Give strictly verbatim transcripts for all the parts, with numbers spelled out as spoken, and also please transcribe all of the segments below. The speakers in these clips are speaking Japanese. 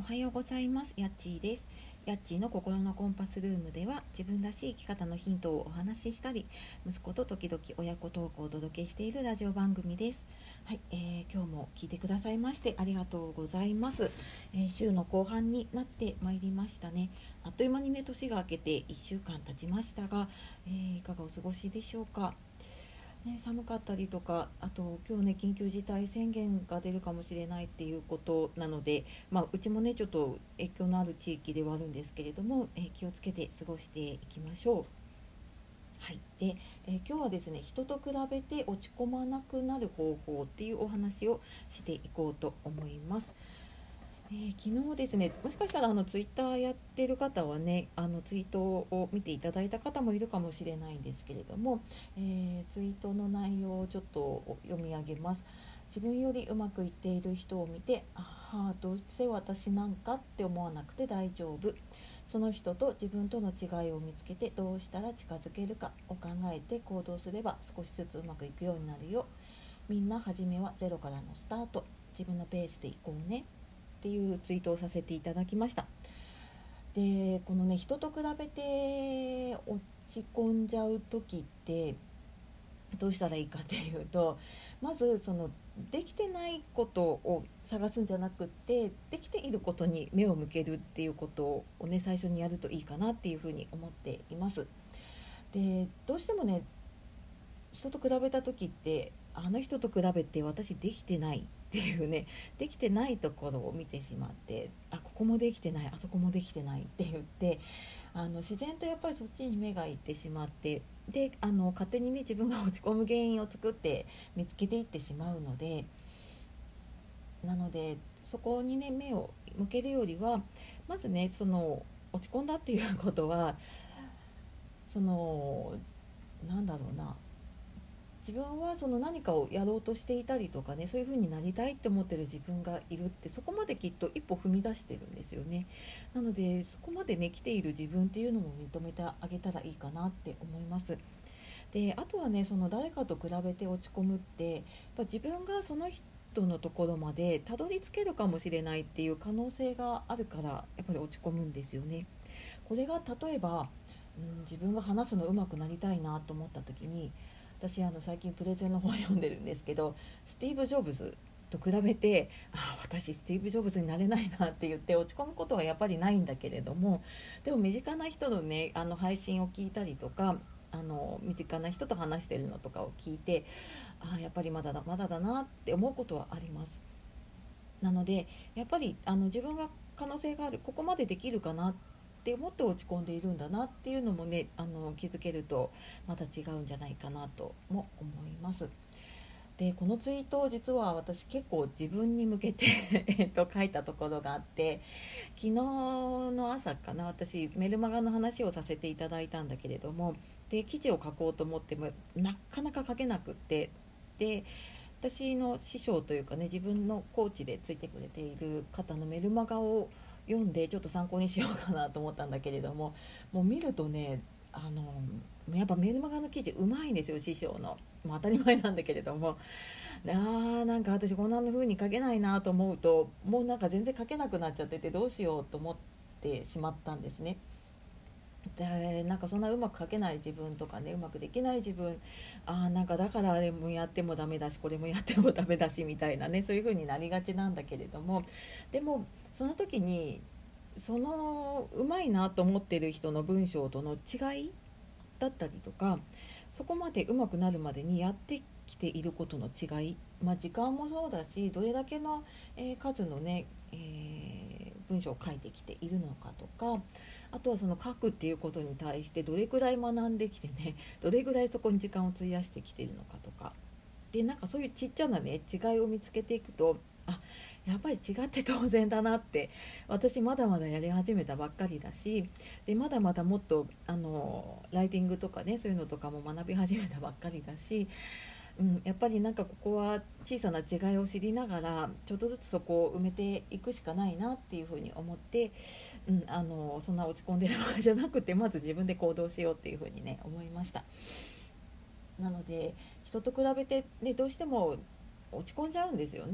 はようございます。やっちーです。やっちーの心のコンパスルームでは、自分らしい生き方のヒントをお話ししたり、息子と時々親子トークをお届けしているラジオ番組です。はい、えー、今日も聞いてくださいましてありがとうございます。えー、週の後半になってまいりましたね。あっという間にね、年が明けていっしゅうかん経ちましたが、えー、いかがお過ごしでしょうか。ね、寒かったりとか、あと今日ね緊急事態宣言が出るかもしれないっていうことなので、まあ、うちもねちょっと影響のある地域ではあるんですけれども、えー気をつけて過ごしていきましょう。はい、で、えー今日はですね、人と比べて落ち込まなくなる方法っていうお話をしていこうと思います。えー昨日ですね、もしかしたらあのツイッターやってる方はね、あのツイートを見ていただいた方もいるかもしれないんですけれども、えーツイートの内容をちょっと読み上げます。自分よりうまくいっている人を見て、ああどうせ私なんかって思わなくて大丈夫。その人と自分との違いを見つけて、どうしたら近づけるかを考えて行動すれば少しずつうまくいくようになるよ。みんな初めはゼロからのスタート。自分のペースでいこうねっていうツイートをさせていただきました。で、このね、人と比べて落ち込んじゃう時ってどうしたらいいかっていうと、まずそのできてないことを探すんじゃなくって、できていることに目を向けるっていうことをね、最初にやるといいかなっていうふうに思っています。で、どうしてもね、人と比べた時って、あの人と比べて私できてないっていうね、できてないところを見てしまって、あ、ここもできてない、あそこもできてないって言って、あの自然とやっぱりそっちに目がいってしまって、であの勝手にね自分が落ち込む原因を作って見つけていってしまうので、なのでそこにね目を向けるよりは、まずねその落ち込んだっていうことは、そのなんだろうな、自分はその何かをやろうとしていたりとかね、そういう風になりたいって思ってる自分がいるって、そこまできっと一歩踏み出してるんですよね。なのでそこまでね来ている自分っていうのも認めてあげたらいいかなって思います。で、あとはね、その誰かと比べて落ち込むって、やっぱ自分がその人のところまでたどり着けるかもしれないっていう可能性があるから、やっぱり落ち込むんですよね。これが例えば、うん、自分が話すの上手くなりたいなと思った時に、私あの最近プレゼンの本読んでるんですけど、スティーブ・ジョブズと比べて、ああ私スティーブ・ジョブズになれないなって言って落ち込むことはやっぱりないんだけれども、でも身近な人のねあの配信を聞いたりとか、あの身近な人と話してるのとかを聞いて、ああやっぱりまだだまだだなって思うことはあります。なのでやっぱりあの自分が可能性がある、ここまでできるかなって思って落ち込んでいるんだなっていうのもね、あの気づけるとまた違うんじゃないかなとも思います。で、このツイートを実は私結構自分に向けてえっと書いたところがあって、昨日の朝かな、私メルマガの話をさせていただいたんだけれども、で記事を書こうと思ってもなかなか書けなくって、で私の師匠というかね、自分のコーチでついてくれている方のメルマガを読んでちょっと参考にしようかなと思ったんだけれども、もう見るとね、あのやっぱメルマガの記事うまいんですよ、師匠の。まあ、当たり前なんだけれども、あーなんか私こんな風に書けないなと思うと、もうなんか全然書けなくなっちゃってて、どうしようと思ってしまったんですね。でなんかそんなうまく書けない自分とかね、うまくできない自分、あーなんかだからあれもやってもダメだしこれもやってもダメだしみたいなね、そういう風になりがちなんだけれども、でもその時にそのうまいなと思ってる人の文章との違いだったりとか、そこまでうまくなるまでにやってきていることの違い、まあ、時間もそうだし、どれだけの、えー数のね、えー文章を書いてきているのかとか、あとはその書くっていうことに対してどれくらい学んできてね、どれくらいそこに時間を費やしてきているのかとか、でなんかそういうちっちゃなね違いを見つけていくと、あ、やっぱり違って当然だなって、私まだまだやり始めたばっかりだし、でまだまだもっとあのライティングとかね、そういうのとかも学び始めたばっかりだし、うん、やっぱりなんかここは小さな違いを知りながらちょっとずつそこを埋めていくしかないなっていうふうに思って、うん、あのそんな落ち込んでる場合じゃなくて、まず自分で行動しようっていうふうにね思いました。なので人と比べて、ね、どうしても落ち込んじゃうんですよね。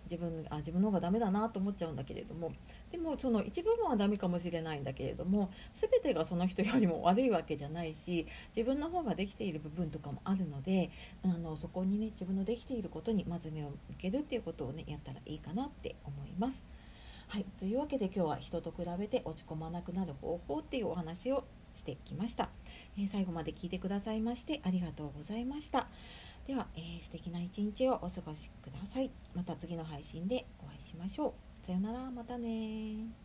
自分あ自分の方がダメだなと思っちゃうんだけれども、でもその一部分はダメかもしれないんだけれども、全てがその人よりも悪いわけじゃないし、自分の方ができている部分とかもあるので、あのそこにね、自分のできていることにまず目を向けるっていうことをね、やったらいいかなって思います。はい、というわけで今日は人と比べて落ち込まなくなる方法っていうお話をしてきました。えー、最後まで聞いてくださいましてありがとうございました。では、えー、素敵な一日をお過ごしください。また次の配信でお会いしましょう。さよなら、またね。